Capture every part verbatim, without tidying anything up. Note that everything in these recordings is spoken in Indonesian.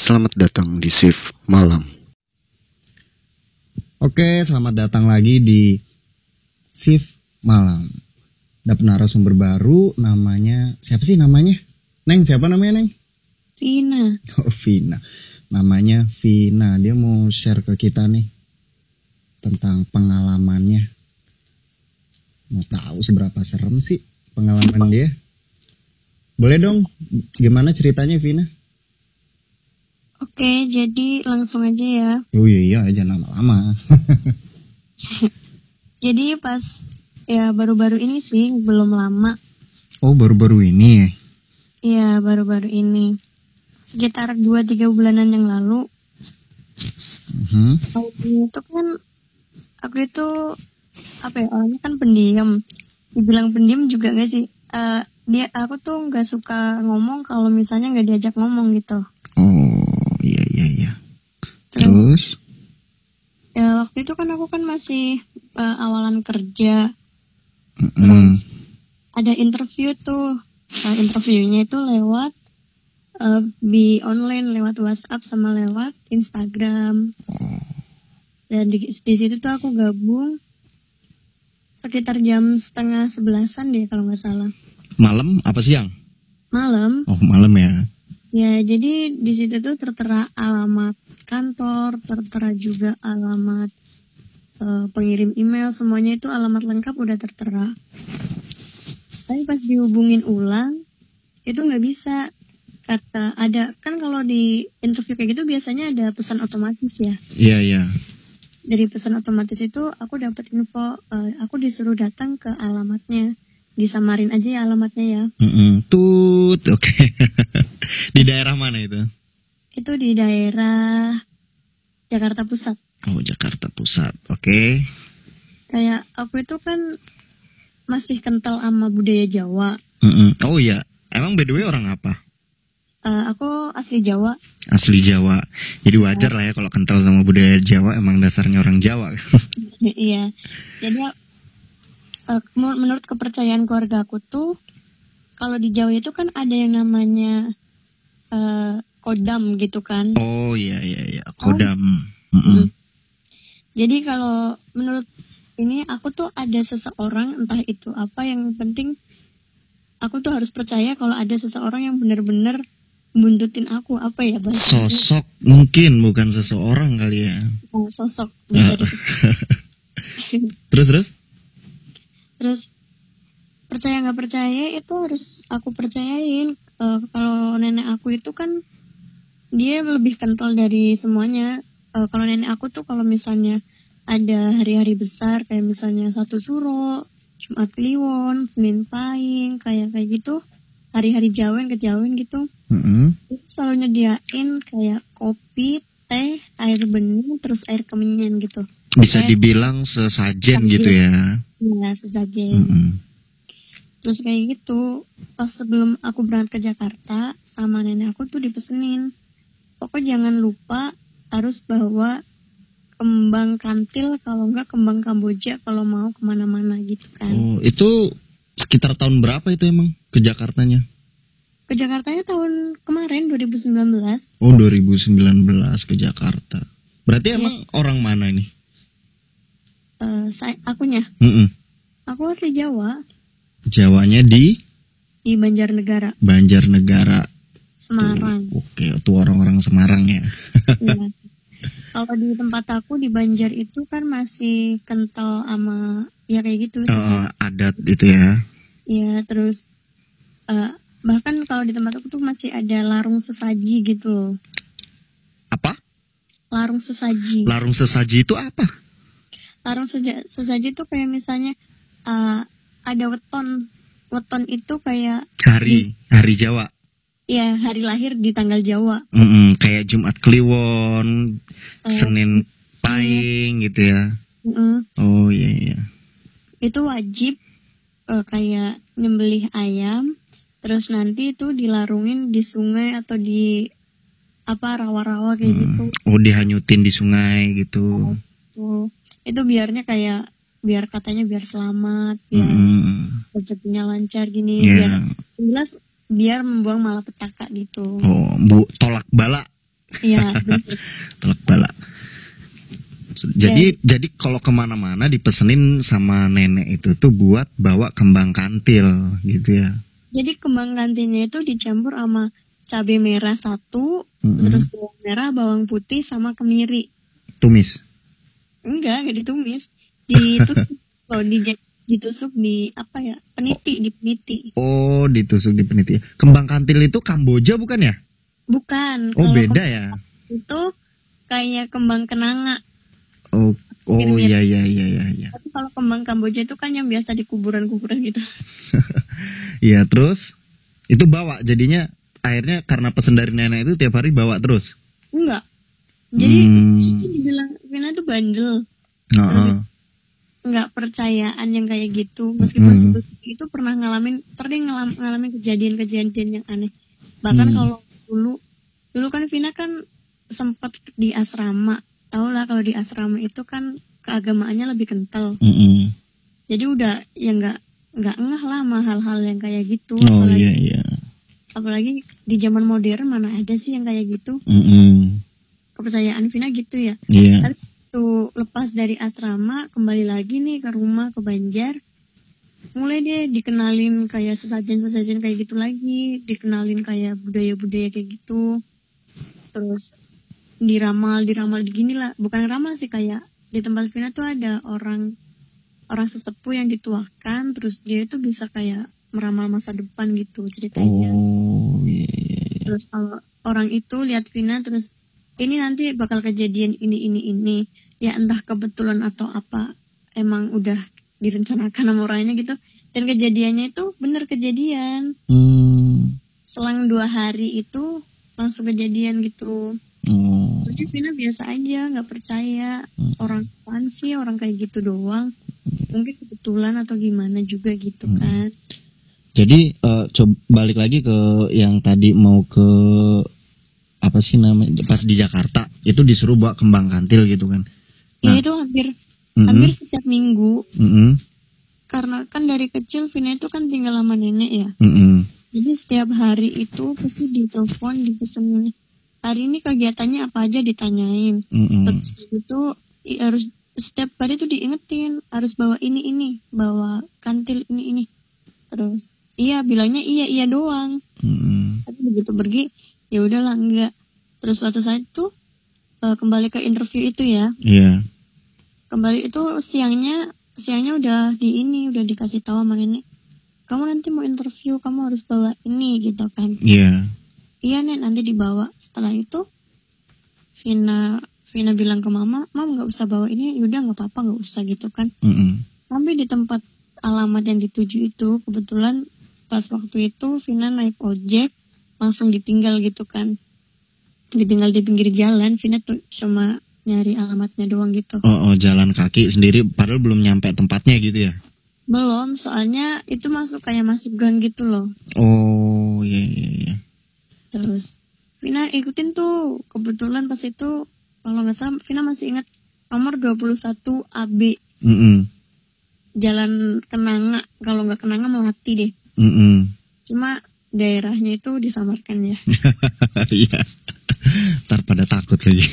Selamat datang di Shift Malam. Oke, selamat datang lagi di Shift Malam. Dapat narasumber baru, namanya siapa sih namanya? Neng, siapa namanya Neng? Vina. Oh, Vina. Namanya Vina. Dia mau share ke kita nih tentang pengalamannya. Mau tahu seberapa serem sih pengalaman dia? Boleh dong, gimana ceritanya Vina? Oke, jadi langsung aja ya. Oh iya, iya jangan lama-lama. Jadi pas ya baru-baru ini sih, belum lama. Oh, baru-baru ini ya? Iya, baru-baru ini. Sekitar dua tiga bulanan yang lalu. Uh-huh. Waktu itu kan aku itu apa ya, orangnya kan pendiam. Dibilang pendiam juga enggak sih? Uh, dia aku tuh enggak suka ngomong kalau misalnya enggak diajak ngomong gitu. Oh, iya iya iya. Terus, Terus? Ya waktu itu kan aku kan masih uh, awalan kerja. Mm-mm. Terus ada interview tuh. Nah, interviewnya itu lewat uh, di online, lewat WhatsApp sama lewat Instagram. Dan di, di situ tuh aku gabung sekitar jam setengah sebelasan deh kalau nggak salah. Malam apa siang? Malam. Oh, malam ya. Ya, jadi di situ tuh tertera alamat kantor, tertera juga alamat uh, pengirim email, semuanya itu alamat lengkap udah tertera. Tapi pas dihubungin ulang, itu nggak bisa. Kata ada, kan kalau di interview kayak gitu biasanya ada pesan otomatis ya. Iya iya. Dari pesan otomatis itu aku dapat info, uh, aku disuruh datang ke alamatnya. Disamarin aja ya alamatnya ya. Mm-mm. Tut, oke. Okay. Di daerah mana itu? Itu di daerah Jakarta Pusat. Oh, Jakarta Pusat, oke. Okay. Kayak aku itu kan masih kental sama budaya Jawa. Mm-mm. Oh iya, emang by the way orang apa? Uh, aku asli Jawa. Asli Jawa. Jadi wajar lah ya kalau kental sama budaya Jawa, emang dasarnya orang Jawa. Iya. Jadi uh, menurut kepercayaan keluarga aku tuh, kalau di Jawa itu kan ada yang namanya uh, kodam gitu kan. Oh iya iya iya, kodam. Oh. Mm-mm. Jadi kalau menurut ini aku tuh ada seseorang, entah itu apa, yang penting aku tuh harus percaya kalau ada seseorang yang benar-benar buntutin aku, apa ya bahasanya? Sosok mungkin, bukan seseorang kali ya. Oh, sosok bisa di Terus terus? Terus percaya nggak percaya itu harus aku percayain. Uh, kalau nenek aku itu kan dia lebih kental dari semuanya. Uh, kalau nenek aku tuh kalau misalnya ada hari-hari besar kayak misalnya satu suro, Jumat Kliwon, Senin Pahing, kayak kayak gitu, hari-hari Jawen kejawen gitu, mm-hmm. itu selalu nyediain kayak kopi, teh, air bening, terus air kemenyan gitu. Bisa kayak dibilang sesajen gitu ya? Iya, sesajen. Mm-hmm. Terus kayak gitu, pas sebelum aku berangkat ke Jakarta sama nenek aku tuh dipesenin, pokoknya jangan lupa harus bawa kembang kantil, kalau enggak kembang Kamboja kalau mau kemana-mana gitu kan. Oh, itu sekitar tahun berapa itu emang ke Jakartanya? Ke Jakartanya tahun kemarin dua ribu sembilan belas. Oh, dua ribu sembilan belas ke Jakarta. Berarti ya. Emang orang mana ini? Uh, saya, akunya. Mm-mm. Aku asli Jawa. Jawanya di? Di Banjarnegara. Banjarnegara. Semarang. Tuh, oke, itu orang-orang Semarang ya. Iya. Kalau di tempat aku di Banjar itu kan masih kental sama ya kayak gitu. Oh, adat itu ya. Iya, terus uh, bahkan kalau di tempat aku tuh masih ada larung sesaji gitu. Apa? Larung sesaji. Larung sesaji itu apa? Larung seja- sesaji itu kayak misalnya uh, ada weton. Weton itu kayak hari, di, hari Jawa. Iya, hari lahir di tanggal Jawa. Mm-mm, kayak Jumat Kliwon, uh, Senin Pahing gitu ya. Mm-mm. Oh iya iya. Itu wajib uh, kayak nyembelih ayam, terus nanti itu dilarungin di sungai atau di apa rawa-rawa kayak hmm. gitu. Oh, dihanyutin di sungai gitu. Oh, itu, itu biarnya kayak biar katanya biar selamat, biar mm. rezekinya lancar gini, yeah. biar jelas biar membuang malapetaka gitu. Oh, bu tolak bala Iya, bener. Telak bala. Jadi jadi kalau kemana-mana dipesenin sama nenek itu tuh buat bawa kembang kantil gitu ya. Jadi kembang kantilnya itu dicampur sama cabai merah satu, Mm-mm. terus bawang merah, bawang putih, sama kemiri. Tumis. Enggak, enggak ditumis. Ditusuk, loh, di, ditusuk di apa ya? Peniti, di peniti. Oh, ditusuk di peniti. Kembang kantil itu Kamboja bukan ya? Bukan. Oh, Kalau beda kembang ya. itu kayak kembang kenanga. Oh, oh Mirip-mirip. iya iya iya iya iya. Tapi kalau kembang Kamboja itu kan yang biasa di kuburan-kuburan gitu. Iya, terus itu bawa jadinya akhirnya karena pesen dari nenek itu tiap hari bawa terus. Enggak. Jadi Hmm. itu dibilang Vina tuh bandel. Oh, Terus oh. nggak percayaan yang kayak gitu. Meskipun Mm. sebelum itu pernah ngalamin, sering ngalam, ngalamin kejadian-kejadian yang aneh. Bahkan Hmm. kalau dulu, dulu kan Vina kan sempat di asrama. Tau lah kalau di asrama itu kan keagamaannya lebih kental. Mm-mm. Jadi udah ya nggak nggak ngeh lah sama hal-hal yang kayak gitu. Oh apalagi, iya iya. apalagi di zaman modern mana ada sih yang kayak gitu. Mm-mm. Kepercayaan Vina gitu ya. Iya. Tapi tuh lepas dari asrama kembali lagi nih ke rumah ke Banjar, mulai deh dikenalin kayak sesajen-sesajen kayak gitu lagi, dikenalin kayak budaya-budaya kayak gitu, terus diramal diramal gini lah, bukan ramal sih, kayak di tempat Vina tuh ada orang orang sesepuh yang dituakan, terus dia itu bisa kayak meramal masa depan gitu ceritanya. Oh iya iya iya. Terus kalau orang itu lihat Vina, terus ini nanti bakal kejadian ini ini ini, ya entah kebetulan atau apa, emang udah direncanakan sama orangnya gitu. Dan kejadiannya itu bener kejadian. Hmm. Selang dua hari itu langsung kejadian gitu. Oh. Jadi Vina biasa aja, nggak percaya. Orang apaan sih orang kayak gitu doang. Mungkin kebetulan atau gimana juga gitu kan. Jadi uh, coba balik lagi ke yang tadi mau ke apa sih namanya, pas di Jakarta itu disuruh bawa kembang kantil gitu kan. Ya Nah. itu hampir Mm-mm. hampir setiap minggu. Mm-mm. Karena kan dari kecil Vina itu kan tinggal sama nenek ya. Mm-mm. Jadi setiap hari itu pasti ditelepon, dipesenin. Hari ini kegiatannya apa aja ditanyain. Mm-mm. Terus itu i- harus setiap hari itu diingetin harus bawa ini ini, bawa kantil ini ini. Terus iya bilangnya iya iya doang. Mm-mm. Tapi begitu pergi ya udahlah enggak. Terus suatu saat itu uh, kembali ke interview itu ya. Iya. Kembali itu siangnya siangnya udah di ini udah dikasih tahu sama nenek. Kamu nanti mau interview, kamu harus bawa ini gitu kan. Iya. Iya nek, nanti dibawa. Setelah itu Vina Vina bilang ke mama, mam nggak usah bawa ini, yaudah nggak apa-apa nggak usah gitu kan. Mm-mm. Sampai di tempat alamat yang dituju itu, kebetulan pas waktu itu Vina naik ojek langsung ditinggal gitu kan. Ditinggal di pinggir jalan, Vina tuh cuma nyari alamatnya doang gitu. Oh, oh jalan kaki sendiri padahal belum nyampe tempatnya gitu ya. Belum, soalnya itu masuk kayak masuk gang gitu loh. Oh iya iya iya. Terus Vina ikutin tuh, kebetulan pas itu kalau nggak salah Vina masih ingat nomor dua puluh satu A B. Mm-mm. Jalan Kenanga, kalau nggak Kenanga Melati deh. Mm-mm. Cuma daerahnya itu disamarkan ya. Iya. Ntar pada takut lagi.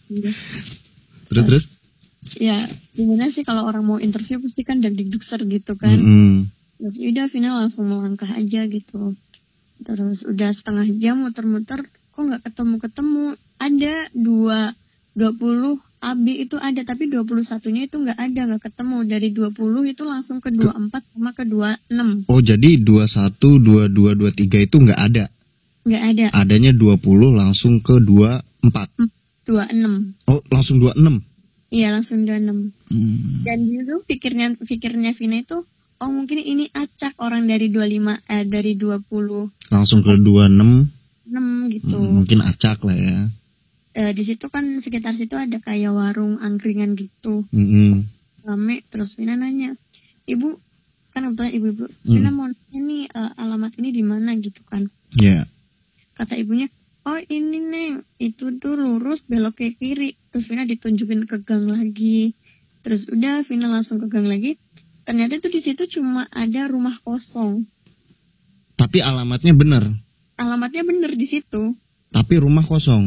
Terus terus? Ya gimana sih kalau orang mau interview pasti kan deg-degser gitu kan. Mm-mm. Terus udah Vina langsung melangkah aja gitu. Terus udah setengah jam muter-muter kok nggak ketemu-ketemu. Ada dua dua puluh A B itu ada, tapi dua puluh satunya itu nggak ada, nggak ketemu. Dari dua puluh itu langsung ke dua puluh empat sama ke dua puluh enam. Oh jadi dua puluh satu, dua puluh dua, dua puluh tiga itu nggak ada? Nggak ada. Adanya dua puluh langsung ke dua puluh empat. dua puluh enam. Oh langsung dua puluh enam? Iya langsung dua puluh enam. Hmm. Dan di situ pikirnya pikirnya Vina itu, oh mungkin ini acak orang dari dua puluh lima eh dari dua puluh Langsung ke dua puluh enam. enam gitu. Hmm, mungkin acak lah ya. Eh, di situ kan sekitar situ ada kayak warung angkringan gitu. Mm-mm. Rame, terus Vina nanya, "Ibu, kan kebetulan ibu-ibu, Mm. Vina mau nanya nih uh, alamat ini di mana gitu kan." Iya. Yeah. Kata ibunya, "Oh, ini Neng, itu tuh lurus belok ke kiri." Terus Vina ditunjukin ke gang lagi. Terus udah Vina langsung ke gang lagi. Ternyata tuh di situ cuma ada rumah kosong. Tapi alamatnya benar. Alamatnya bener di situ. Tapi rumah kosong.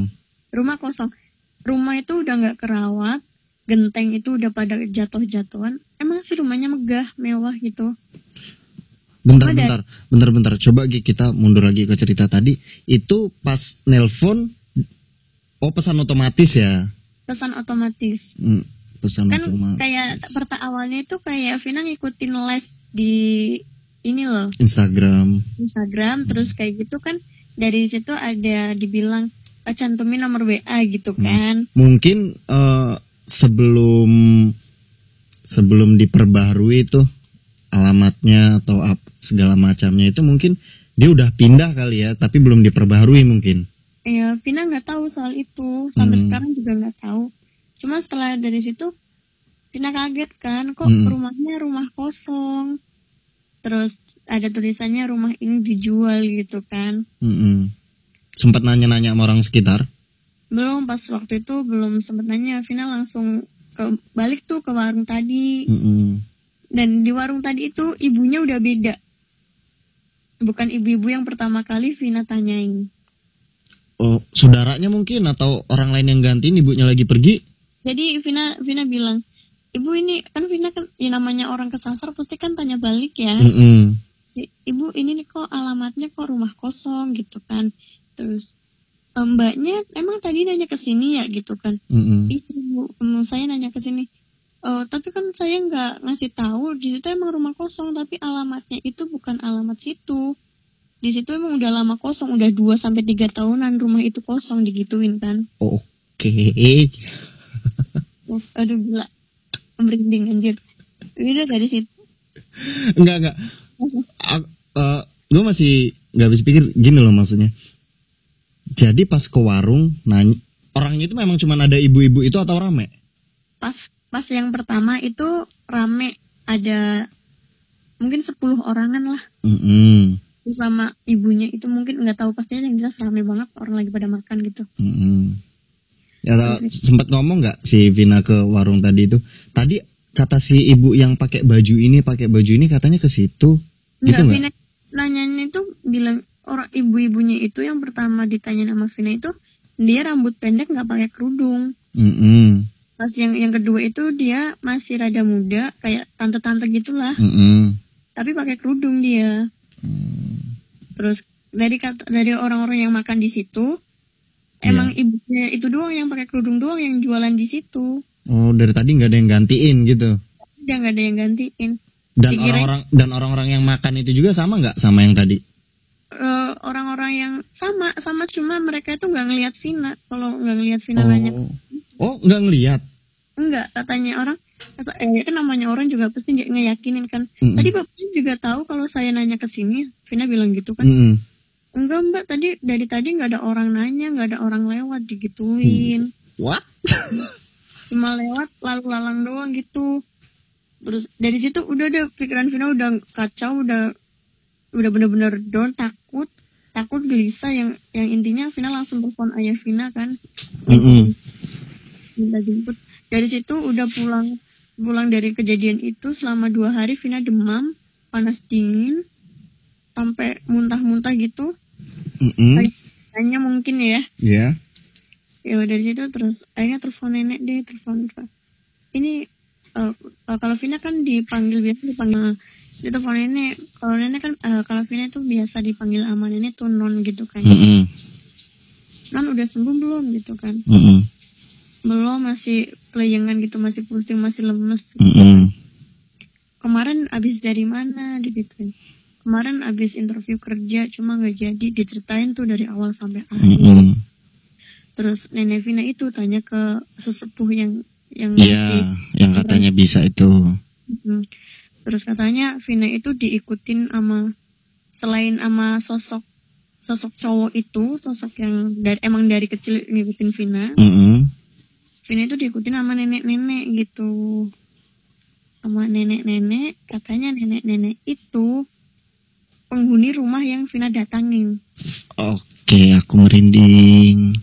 rumah kosong. Rumah itu udah nggak kerawat, genteng itu udah pada jatuh-jatuhan. Emang sih rumahnya megah, mewah gitu. Bentar, Cuma bentar, bentar, bentar. Coba Gi, kita mundur lagi ke cerita tadi. Itu pas nelpon, oh pesan otomatis ya? pesan otomatis. Hmm, pesan Kan otomatis. kayak perta awalnya itu kayak Vina ngikutin live di ini loh, Instagram. Instagram, terus kayak gitu kan dari situ ada dibilang "Eh, cantumin nomor W A gitu Hmm. kan. Mungkin eh, sebelum sebelum diperbaharui itu alamatnya atau ap, segala macamnya itu mungkin dia udah pindah kali ya, tapi belum diperbaharui mungkin. Ya, Vina nggak tahu soal itu, sampai Hmm. sekarang juga nggak tahu. Cuma setelah dari situ Vina kaget kan, kok Hmm. rumahnya rumah kosong. Terus ada tulisannya rumah ini dijual gitu kan. Mm-mm. Sempat nanya-nanya sama orang sekitar. Belum, pas waktu itu belum sempet nanya. Vina langsung ke balik tuh ke warung tadi. Mm-mm. Dan di warung tadi itu ibunya udah beda. Bukan ibu-ibu yang pertama kali Vina tanyain. Oh, saudaranya mungkin atau orang lain yang gantiin, ibunya lagi pergi. Jadi Vina Vina bilang, ibu ini kan Vina kan ya namanya orang kesasar pasti kan tanya balik ya. Mm-mm. Si, ibu ini nih kok alamatnya kok rumah kosong gitu kan. Terus "E, mbaknya emang tadi nanya ke sini ya gitu kan. Mm-mm. Iya ibu, em, saya nanya ke sini. Oh, tapi kan saya nggak ngasih tahu di situ emang rumah kosong, tapi alamatnya itu bukan alamat situ. Di situ emang udah lama kosong, udah dua sampai tiga tahunan rumah itu kosong digituin kan. Oh, oke. Oh, aduh gila, merinding anjir. Udah dari situ. Enggak, enggak. Langsung, Uh, gue masih nggak habis pikir gini loh maksudnya. Jadi pas ke warung nanya, orangnya itu memang cuma ada ibu-ibu itu atau rame? Pas pas yang pertama itu rame, ada mungkin sepuluh orangan lah. Mm-mm. Terus sama ibunya itu mungkin nggak tahu pastinya, yang jelas rame banget, orang lagi pada makan gitu. Mm-mm. Ya, Terus sempat ngomong nggak si Vina ke warung tadi itu? Tadi kata si ibu yang pakai baju ini, pakai baju ini katanya ke situ. Gitu Enggak, nggak? Vina nanyanya itu bilang orang ibu-ibunya itu yang pertama ditanya sama Vina itu dia rambut pendek nggak pakai kerudung. Mm-mm. Pas yang yang kedua itu dia masih rada muda kayak tante-tante gitulah, Mm-mm. tapi pakai kerudung dia. Mm. Terus dari kata dari orang-orang yang makan di situ emang Iya. ibunya itu doang yang pakai kerudung doang yang jualan di situ. Oh, dari tadi nggak ada yang gantiin gitu. Dia nggak ada yang gantiin. Dan Dikirain orang-orang dan orang-orang yang makan itu juga sama nggak sama yang tadi? eh, orang-orang yang sama sama cuma mereka itu nggak ngelihat Vina. Kalau nggak ngelihat Vina nanya, Oh, oh nggak ngelihat. enggak, katanya orang, masa- eh kan namanya orang juga pasti nge- ngeyakinin kan. Mm-mm. Tadi bapaknya juga tahu kalau saya nanya ke sini. Vina bilang gitu kan. Mm-mm. Enggak mbak, tadi dari tadi nggak ada orang nanya, nggak ada orang lewat digituin. What? Cuma lewat lalu lalang doang gitu. Terus dari situ udah deh pikiran Vina udah kacau, udah udah bener-bener down, takut takut gelisah, yang yang intinya Vina langsung telepon ayah Vina kan, Mm-mm. minta jemput. Dari situ udah pulang pulang dari kejadian itu selama dua hari Vina demam, panas dingin, sampai muntah-muntah gitu. Mm-mm. Kayaknya mungkin ya. Ya. Ya dari situ terus akhirnya telepon nenek deh, telepon ini uh, uh, kalau Vina kan dipanggil biasa dipanggil di telepon nenek. Kalau nenek kan uh, kalau Vina itu biasa dipanggil sama nenek tuh non gitu kan. Mm-mm. Non udah sembuh belum gitu kan? Mm-mm. Belum, masih kelayangan gitu, masih pusing, masih lemes. Mm-mm. Kemarin abis dari mana gitu. Kemarin abis interview kerja cuma nggak jadi, diceritain tuh dari awal sampai akhir. Mm-mm. Terus nenek Vina itu tanya ke sesepuh yang yang Iya, masih yang katanya bisa itu. Hmm. Terus katanya Vina itu diikutin sama, selain sama sosok sosok cowok itu, sosok yang dari emang dari kecil ngikutin Vina. Mm-mm. Vina itu diikutin sama nenek-nenek gitu. Sama nenek-nenek, katanya nenek-nenek itu penghuni rumah yang Vina datangin. Oke, aku merinding.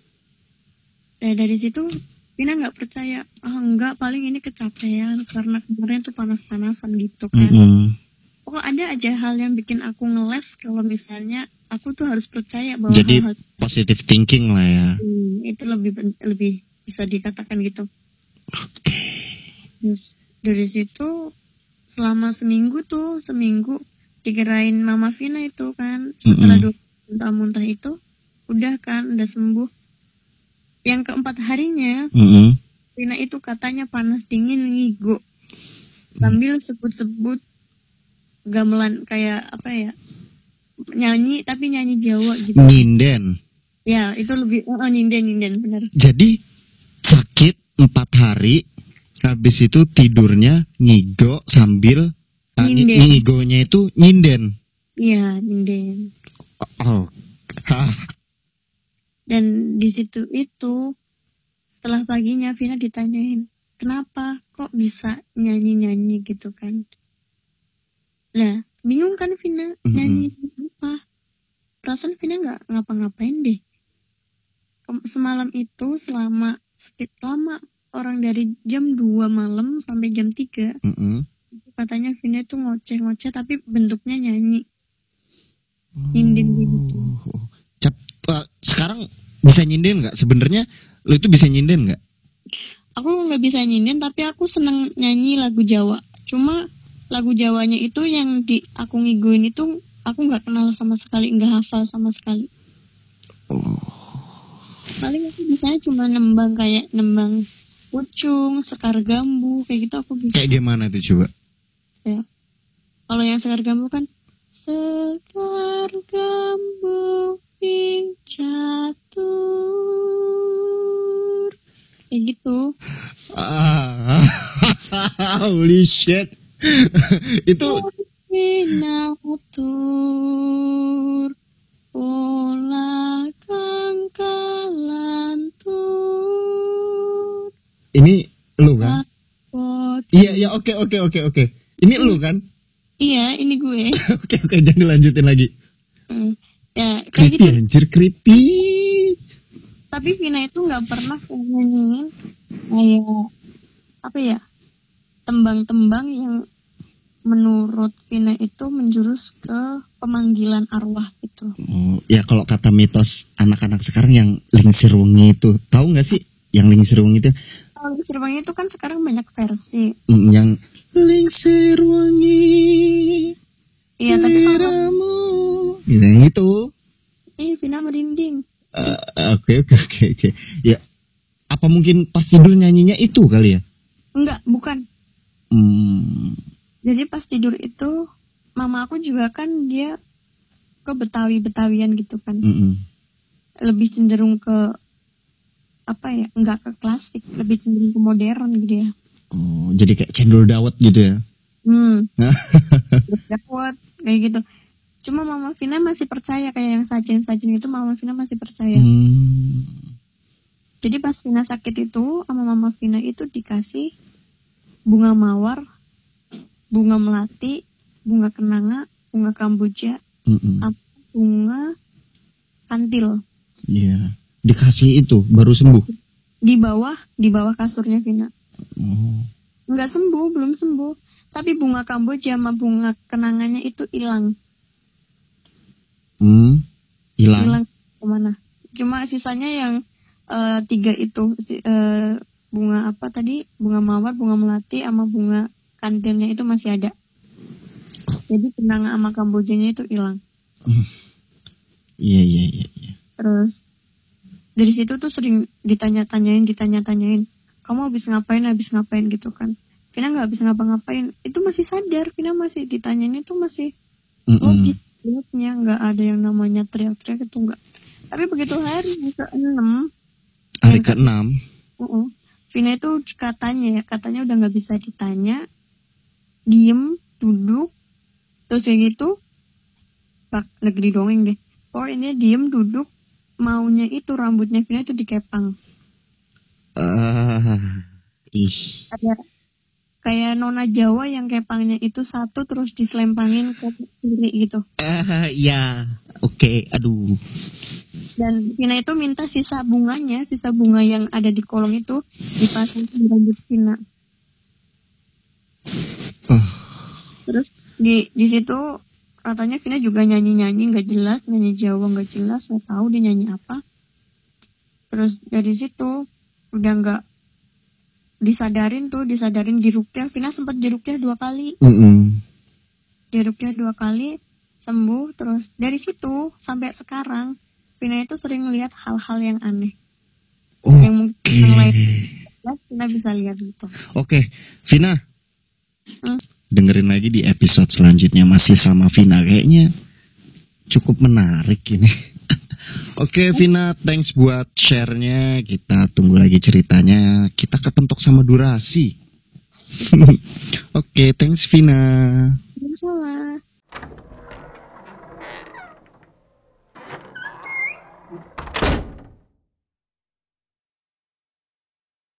Nah, dari situ Vina nggak percaya. Ah enggak, paling ini kecapean karena kemarin tuh panas-panasan gitu kan. Mm-mm. Pokoknya ada aja hal yang bikin aku ngeles kalau misalnya aku tuh harus percaya bahwa Jadi hal-hal positive thinking lah ya. hmm, itu lebih lebih bisa dikatakan gitu. Oke. Terus dari situ selama seminggu tuh seminggu dikirain Mama Vina itu kan setelah Mm-mm. dua muntah-muntah itu udah kan udah sembuh. Yang keempat harinya Mm-mm. Vina itu katanya panas dingin ngigo sambil sebut-sebut gamelan kayak apa ya, nyanyi tapi nyanyi Jawa gitu. Nyinden. Ya itu lebih oh, nyinden nyinden bener. Jadi sakit empat hari, habis itu tidurnya ngigo sambil uh, nyi- Nyinden. ngigonya itu nyinden. Iya nyinden. Oh. Hah. Dan di situ itu setelah paginya Vina ditanyain kenapa kok bisa nyanyi-nyanyi gitu kan. Lah bingung kan Vina Mm-mm. nyanyi apa. Perasaan Vina gak ngapa-ngapain deh. Kem- Semalam itu selama sekit lama orang dari jam dua malam sampai jam tiga Mm-mm. katanya Vina itu ngoceh-ngoceh tapi bentuknya nyanyi. Nyinden gitu. Oh. Cap, uh, sekarang bisa nyinden nggak? Sebenarnya lu itu bisa nyinden nggak? Aku nggak bisa nyinden tapi aku seneng nyanyi lagu Jawa. Cuma lagu Jawanya itu yang di aku ngiguin itu aku nggak kenal sama sekali, nggak hafal sama sekali. Oh. Paling aku bisanya cuma nembang kayak nembang pucung, sekar gambu kayak gitu aku bisa. Kayak gimana tuh coba? Ya. Kalau yang sekar gambu kan sekar gambu ping catur kayak gitu. Ah. Holy shit. Itu Pinatur pola kang kalantur ini lu kan? Takut. Iya, iya, oke, oke, oke, oke. Ini lu kan? Iya ini gue. Oke, oke, jangan dilanjutin lagi. Hmm. Ya kayak Creepy gitu. anjir, creepy. Tapi Vina itu nggak pernah kayak nyanyiin kayak apa ya, tembang-tembang yang menurut Vina itu menjurus ke pemanggilan arwah gitu. Oh, ya kalau kata mitos anak-anak sekarang yang lingsir wengi itu, tahu nggak sih? Yang lingsir wengi itu, Kalau Sirbangi itu kan sekarang banyak versi. mm, yang lingsir wengi. Iya tapi kalau Siramu. Gitu, yang itu. ih Vina merinding. Eh, Oke, oke, oke, oke. Ya, apa mungkin pas tidur nyanyinya itu kali ya? Enggak, bukan. Hmm. Jadi pas tidur itu mama aku juga kan dia ke Betawi-Betawian gitu kan. Mm-mm. Lebih cenderung ke apa ya? Enggak ke klasik, lebih cenderung ke modern gitu ya. Oh, jadi kayak cendol dawet gitu ya? Hmm. Dawet kayak gitu. Cuma Mama Vina masih percaya kayak yang sajen-sajen itu Mama Vina masih percaya. Hmm. Jadi pas Vina sakit itu sama Mama Vina itu dikasih bunga mawar, bunga melati, bunga kenanga, bunga kamboja, Mm-mm. sama bunga kantil. Iya. Dikasih itu baru sembuh. Di bawah, di bawah kasurnya Vina. Oh. Nggak sembuh, belum sembuh. Tapi bunga kamboja sama bunga kenangannya itu hilang. Hmm. Hilang. Hilang kemana? Cuma sisanya yang uh, tiga itu, si, uh, bunga apa tadi? Bunga mawar, bunga melati, sama bunga kantilnya itu masih ada. Jadi kenanga sama kambojanya itu hilang. Hmm. Iya, iya, iya, iya. Terus dari situ tuh sering ditanya-tanyain, ditanya-tanyain. Kamu habis ngapain, habis ngapain gitu kan? Vina nggak habis ngapa-ngapain. Itu masih sadar. Vina masih ditanyain itu masih logis. Lihatnya nggak ada yang namanya teriak-teriak itu nggak. Tapi begitu hari ke enam, Hari keenam. uh-uh, Vina itu katanya ya, katanya udah nggak bisa ditanya, diem, duduk, terus kayak gitu, bak negeri dongeng deh. Pokoknya diem, duduk, maunya itu rambutnya Vina itu dikepang. Ah, ih. Kayak kayak nona Jawa yang kepangnya itu satu terus diselempangin ke kiri gitu. Ah, ya. Oke, aduh. Dan Vina itu minta sisa bunganya, sisa bunga yang ada di kolong itu dipasang di rambut Vina. Oh. Terus di di situ katanya Vina juga nyanyi-nyanyi nggak jelas, nyanyi Jawa nggak jelas, nggak tahu dia nyanyi apa. Terus dari situ udah nggak disadarin tuh, disadarin diruqyah. Vina sempat diruqyah dua kali. Mm-mm. Diruqyah dua kali sembuh. Terus dari situ sampai sekarang Vina itu sering lihat hal-hal yang aneh. Oke. Yang mungkin yang lain Vina bisa lihat gitu. Oke, Vina. Hmm? Dengerin lagi di episode selanjutnya masih sama Vina, kayaknya cukup menarik ini. Oke, Vina, thanks buat share-nya. Kita tunggu lagi ceritanya. Kita kepentok sama durasi. Oke, thanks Vina.